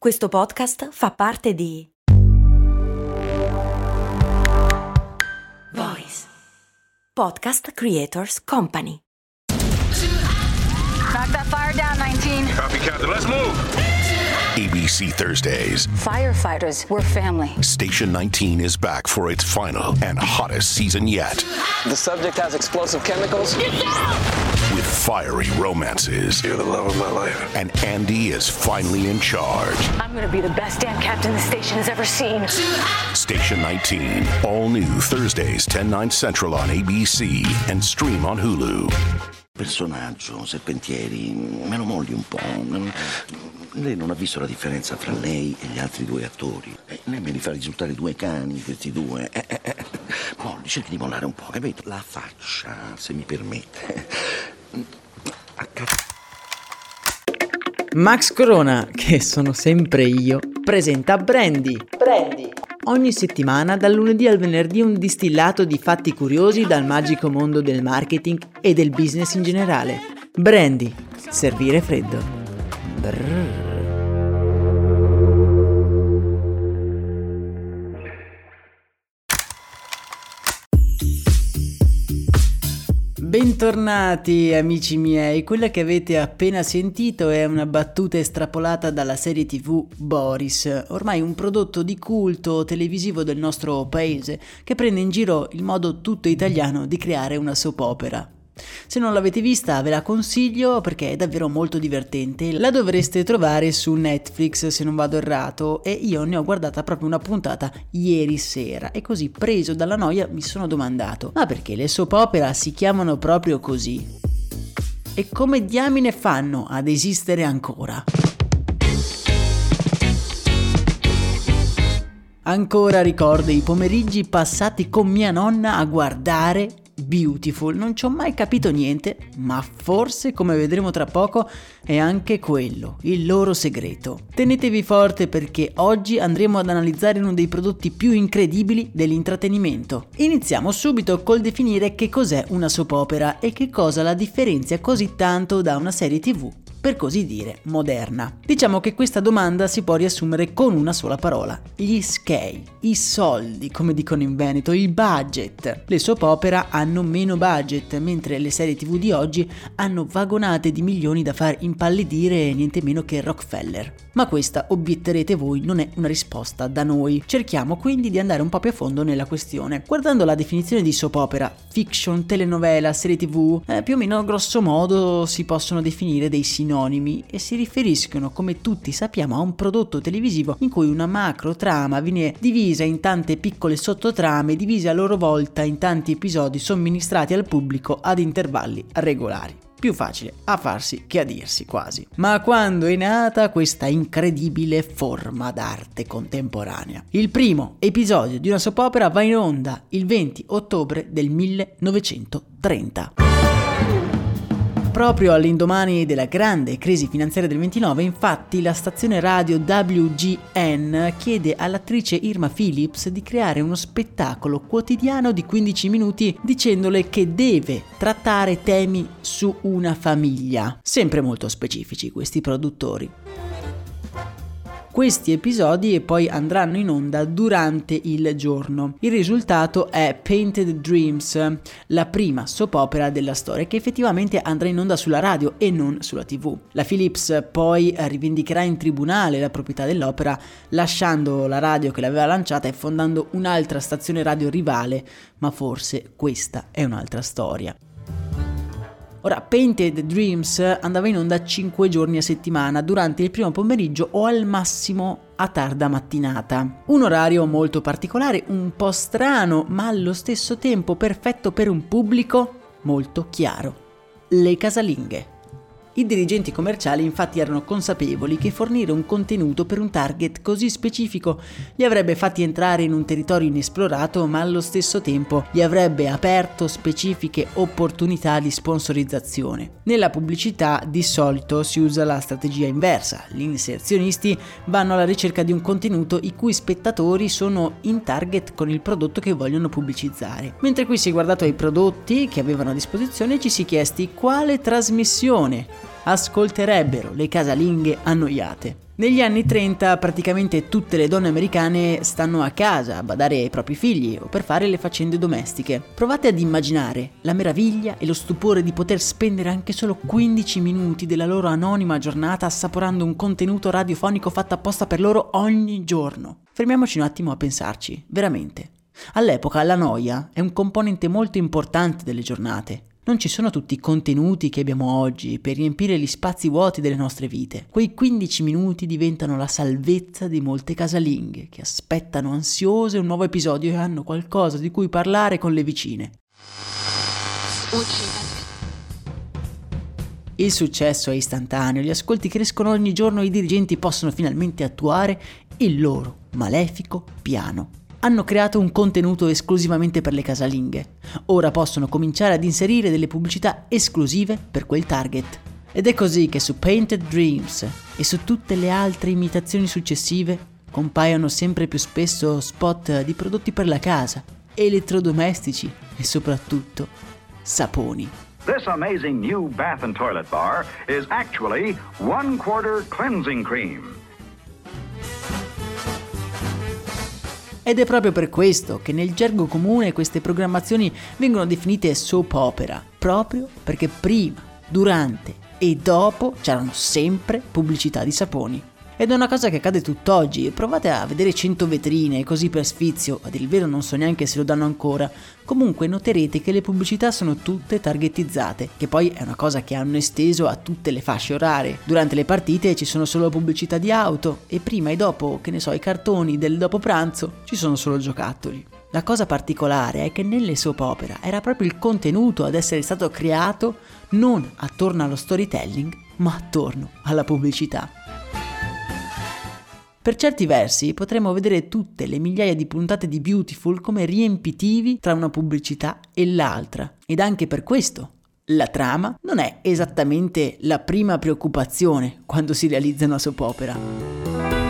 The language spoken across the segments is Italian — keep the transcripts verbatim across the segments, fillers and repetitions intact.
Questo podcast fa parte di Voice Podcast Creators Company. Knock that fire down, nineteen. Copy, Captain. Let's move. A B C Thursdays. Firefighters, we're family. Station nineteen is back for its final and hottest season yet. The subject has explosive chemicals. With fiery romances. You're the love of my life. And Andy is finally in charge. I'm gonna be the best damn captain the station has ever seen. Station nineteen. All new Thursdays, ten, nine Central on A B C and stream on Hulu. Personaggio, Serpentieri, me lo molli un po'. Lei non ha visto la differenza fra lei e gli altri due attori. Eh, lei me li fa risultare due cani, questi due. Eh, eh, eh. Molli, cerchi di mollare un po', capito? La faccia, se mi permette. A cazzo. Max Corona, che sono sempre io, presenta Brandy. Brandy. Ogni settimana, dal lunedì al venerdì, un distillato di fatti curiosi dal magico mondo del marketing e del business in generale. Brandy. Servire freddo. Brrr. Bentornati amici miei, quella che avete appena sentito è una battuta estrapolata dalla serie tv Boris, ormai un prodotto di culto televisivo del nostro paese che prende in giro il modo tutto italiano di creare una soap opera. Se non l'avete vista ve la consiglio perché è davvero molto divertente, la dovreste trovare su Netflix se non vado errato e io ne ho guardata proprio una puntata ieri sera e così preso dalla noia mi sono domandato ma perché le soap opera si chiamano proprio così? E come diamine fanno ad esistere ancora? Ancora ricordo i pomeriggi passati con mia nonna a guardare Beautiful, non ci ho mai capito niente, ma forse, come vedremo tra poco, è anche quello, il loro segreto. Tenetevi forte perché oggi andremo ad analizzare uno dei prodotti più incredibili dell'intrattenimento. Iniziamo subito col definire che cos'è una soap opera e che cosa la differenzia così tanto da una serie tv, per così dire, moderna. Diciamo che questa domanda si può riassumere con una sola parola: gli skei, i soldi, come dicono in Veneto, il budget. Le soap opera hanno meno budget, mentre le serie tv di oggi hanno vagonate di milioni da far impallidire niente meno che Rockefeller. Ma questa, obietterete voi, non è una risposta da noi. Cerchiamo quindi di andare un po' più a fondo nella questione. Guardando la definizione di soap opera, fiction, telenovela, serie tv, eh, più o meno grosso modo si possono definire dei sinonimi e si riferiscono, come tutti sappiamo, a un prodotto televisivo in cui una macro trama viene divisa in tante piccole sottotrame, divise a loro volta in tanti episodi somministrati al pubblico ad intervalli regolari. Più facile a farsi che a dirsi quasi. Ma quando è nata questa incredibile forma d'arte contemporanea? Il primo episodio di una soap opera va in onda il venti ottobre del millenovecentotrenta. Proprio all'indomani della grande crisi finanziaria del ventinove, infatti, la stazione radio W G N chiede all'attrice Irma Phillips di creare uno spettacolo quotidiano di quindici minuti dicendole che deve trattare temi su una famiglia. Sempre molto specifici questi produttori. Questi episodi poi andranno in onda durante il giorno. Il risultato è Painted Dreams, la prima soap opera della storia che effettivamente andrà in onda sulla radio e non sulla tv. La Philips poi rivendicherà in tribunale la proprietà dell'opera, lasciando la radio che l'aveva lanciata e fondando un'altra stazione radio rivale, ma forse questa è un'altra storia. Ora, Painted Dreams andava in onda cinque giorni a settimana, durante il primo pomeriggio o al massimo a tarda mattinata. Un orario molto particolare, un po' strano, ma allo stesso tempo perfetto per un pubblico molto chiaro: le casalinghe. I dirigenti commerciali infatti erano consapevoli che fornire un contenuto per un target così specifico li avrebbe fatti entrare in un territorio inesplorato, ma allo stesso tempo gli avrebbe aperto specifiche opportunità di sponsorizzazione. Nella pubblicità di solito si usa la strategia inversa: gli inserzionisti vanno alla ricerca di un contenuto i cui spettatori sono in target con il prodotto che vogliono pubblicizzare. Mentre qui si è guardato ai prodotti che avevano a disposizione e ci si è chiesti quale trasmissione ascolterebbero le casalinghe annoiate. Negli anni trenta praticamente tutte le donne americane stanno a casa a badare ai propri figli o per fare le faccende domestiche. Provate ad immaginare la meraviglia e lo stupore di poter spendere anche solo quindici minuti della loro anonima giornata assaporando un contenuto radiofonico fatto apposta per loro ogni giorno. Fermiamoci un attimo a pensarci, veramente. All'epoca la noia è un componente molto importante delle giornate. Non ci sono tutti i contenuti che abbiamo oggi per riempire gli spazi vuoti delle nostre vite. Quei quindici minuti diventano la salvezza di molte casalinghe che aspettano ansiose un nuovo episodio e hanno qualcosa di cui parlare con le vicine. Il successo è istantaneo, gli ascolti crescono ogni giorno e i dirigenti possono finalmente attuare il loro malefico piano. Hanno creato un contenuto esclusivamente per le casalinghe. Ora possono cominciare ad inserire delle pubblicità esclusive per quel target. Ed è così che su Painted Dreams e su tutte le altre imitazioni successive compaiono sempre più spesso spot di prodotti per la casa, elettrodomestici e soprattutto saponi. This amazing new bath and toilet bar is actually one quarter cleansing cream. Ed è proprio per questo che nel gergo comune queste programmazioni vengono definite soap opera, proprio perché prima, durante e dopo c'erano sempre pubblicità di saponi. Ed è una cosa che accade tutt'oggi, provate a vedere cento vetrine così per sfizio, a dire il vero non so neanche se lo danno ancora, comunque noterete che le pubblicità sono tutte targetizzate, che poi è una cosa che hanno esteso a tutte le fasce orarie. Durante le partite ci sono solo pubblicità di auto e prima e dopo, che ne so, i cartoni del dopo pranzo ci sono solo giocattoli. La cosa particolare è che nelle soap opera era proprio il contenuto ad essere stato creato non attorno allo storytelling, ma attorno alla pubblicità. Per certi versi potremmo vedere tutte le migliaia di puntate di Beautiful come riempitivi tra una pubblicità e l'altra. Ed anche per questo la trama non è esattamente la prima preoccupazione quando si realizza una soap opera.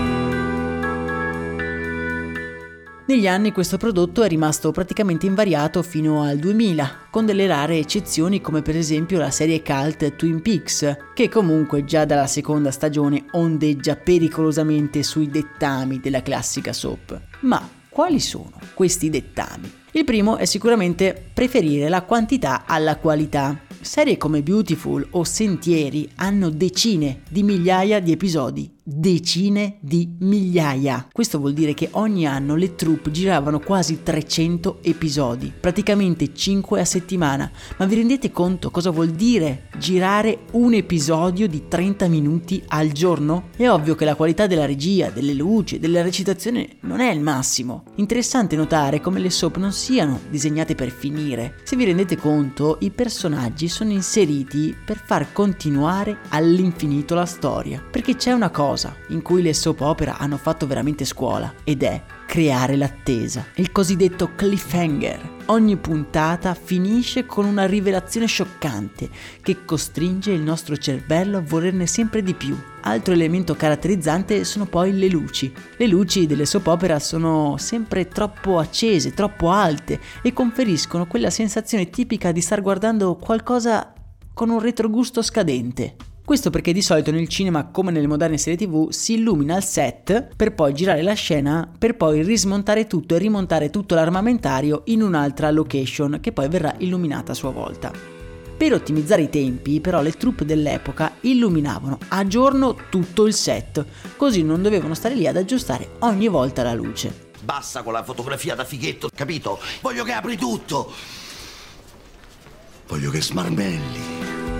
Negli anni questo prodotto è rimasto praticamente invariato fino al duemila, con delle rare eccezioni come per esempio la serie cult Twin Peaks, che comunque già dalla seconda stagione ondeggia pericolosamente sui dettami della classica soap. Ma quali sono questi dettami? Il primo è sicuramente preferire la quantità alla qualità. Serie come Beautiful o Sentieri hanno decine di migliaia di episodi, decine di migliaia. Questo vuol dire che ogni anno le troupe giravano quasi trecento episodi, praticamente cinque a settimana. Ma vi rendete conto cosa vuol dire girare un episodio di trenta minuti al giorno? È ovvio che la qualità della regia, delle luci, della recitazione non è il massimo. Interessante notare come le soap non siano disegnate per finire. Se vi rendete conto, i personaggi sono inseriti per far continuare all'infinito la storia, perché c'è una cosa in cui le soap opera hanno fatto veramente scuola ed è creare l'attesa, il cosiddetto cliffhanger. Ogni puntata finisce con una rivelazione scioccante che costringe il nostro cervello a volerne sempre di più. Altro elemento caratterizzante sono poi le luci. Le luci delle soap opera sono sempre troppo accese, troppo alte e conferiscono quella sensazione tipica di star guardando qualcosa con un retrogusto scadente. Questo perché di solito nel cinema, come nelle moderne serie tv, si illumina il set per poi girare la scena, per poi rismontare tutto e rimontare tutto l'armamentario in un'altra location che poi verrà illuminata a sua volta. Per ottimizzare i tempi, però, le troupe dell'epoca illuminavano a giorno tutto il set, così non dovevano stare lì ad aggiustare ogni volta la luce. Basta con la fotografia da fighetto, capito? Voglio che apri tutto. Voglio che smarmelli.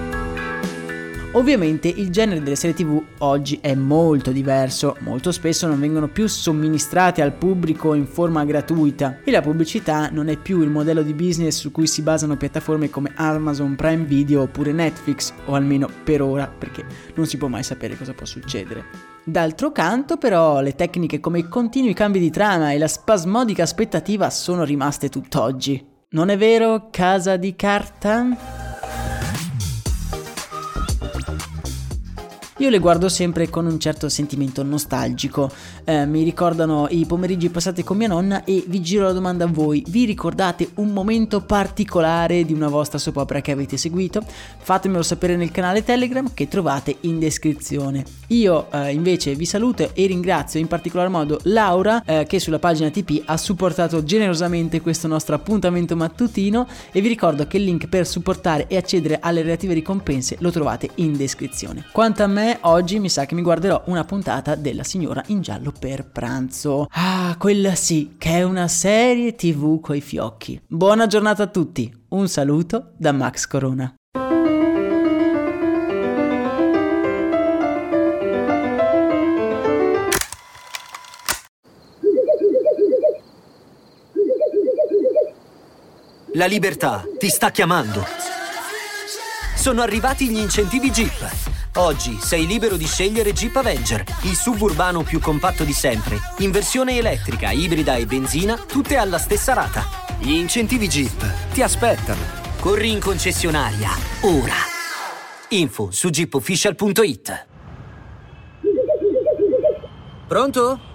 Ovviamente il genere delle serie tv oggi è molto diverso, molto spesso non vengono più somministrate al pubblico in forma gratuita e la pubblicità non è più il modello di business su cui si basano piattaforme come Amazon Prime Video oppure Netflix, o almeno per ora, perché non si può mai sapere cosa può succedere. D'altro canto però le tecniche come i continui cambi di trama e la spasmodica aspettativa sono rimaste tutt'oggi. Non è vero, Casa di Carta? io le guardo sempre con un certo sentimento nostalgico, eh, mi ricordano i pomeriggi passati con mia nonna e vi giro la domanda a voi: vi ricordate un momento particolare di una vostra soap opera che avete seguito? Fatemelo sapere nel canale Telegram che trovate in descrizione. Io eh, invece vi saluto e ringrazio in particolar modo Laura eh, che sulla pagina T P ha supportato generosamente questo nostro appuntamento mattutino, e vi ricordo che il link per supportare e accedere alle relative ricompense lo trovate in descrizione. Quanto a me, oggi mi sa che mi guarderò una puntata della Signora in Giallo per pranzo. Ah, quella sì, che è una serie tv coi fiocchi. Buona giornata a tutti, un saluto da Max Corona. La libertà ti sta chiamando. Sono arrivati gli incentivi Jeep. Oggi sei libero di scegliere Jeep Avenger, il suburbano più compatto di sempre, in versione elettrica, ibrida e benzina, tutte alla stessa rata. Gli incentivi Jeep ti aspettano. Corri in concessionaria, ora. Info su jeep official punto it. Pronto?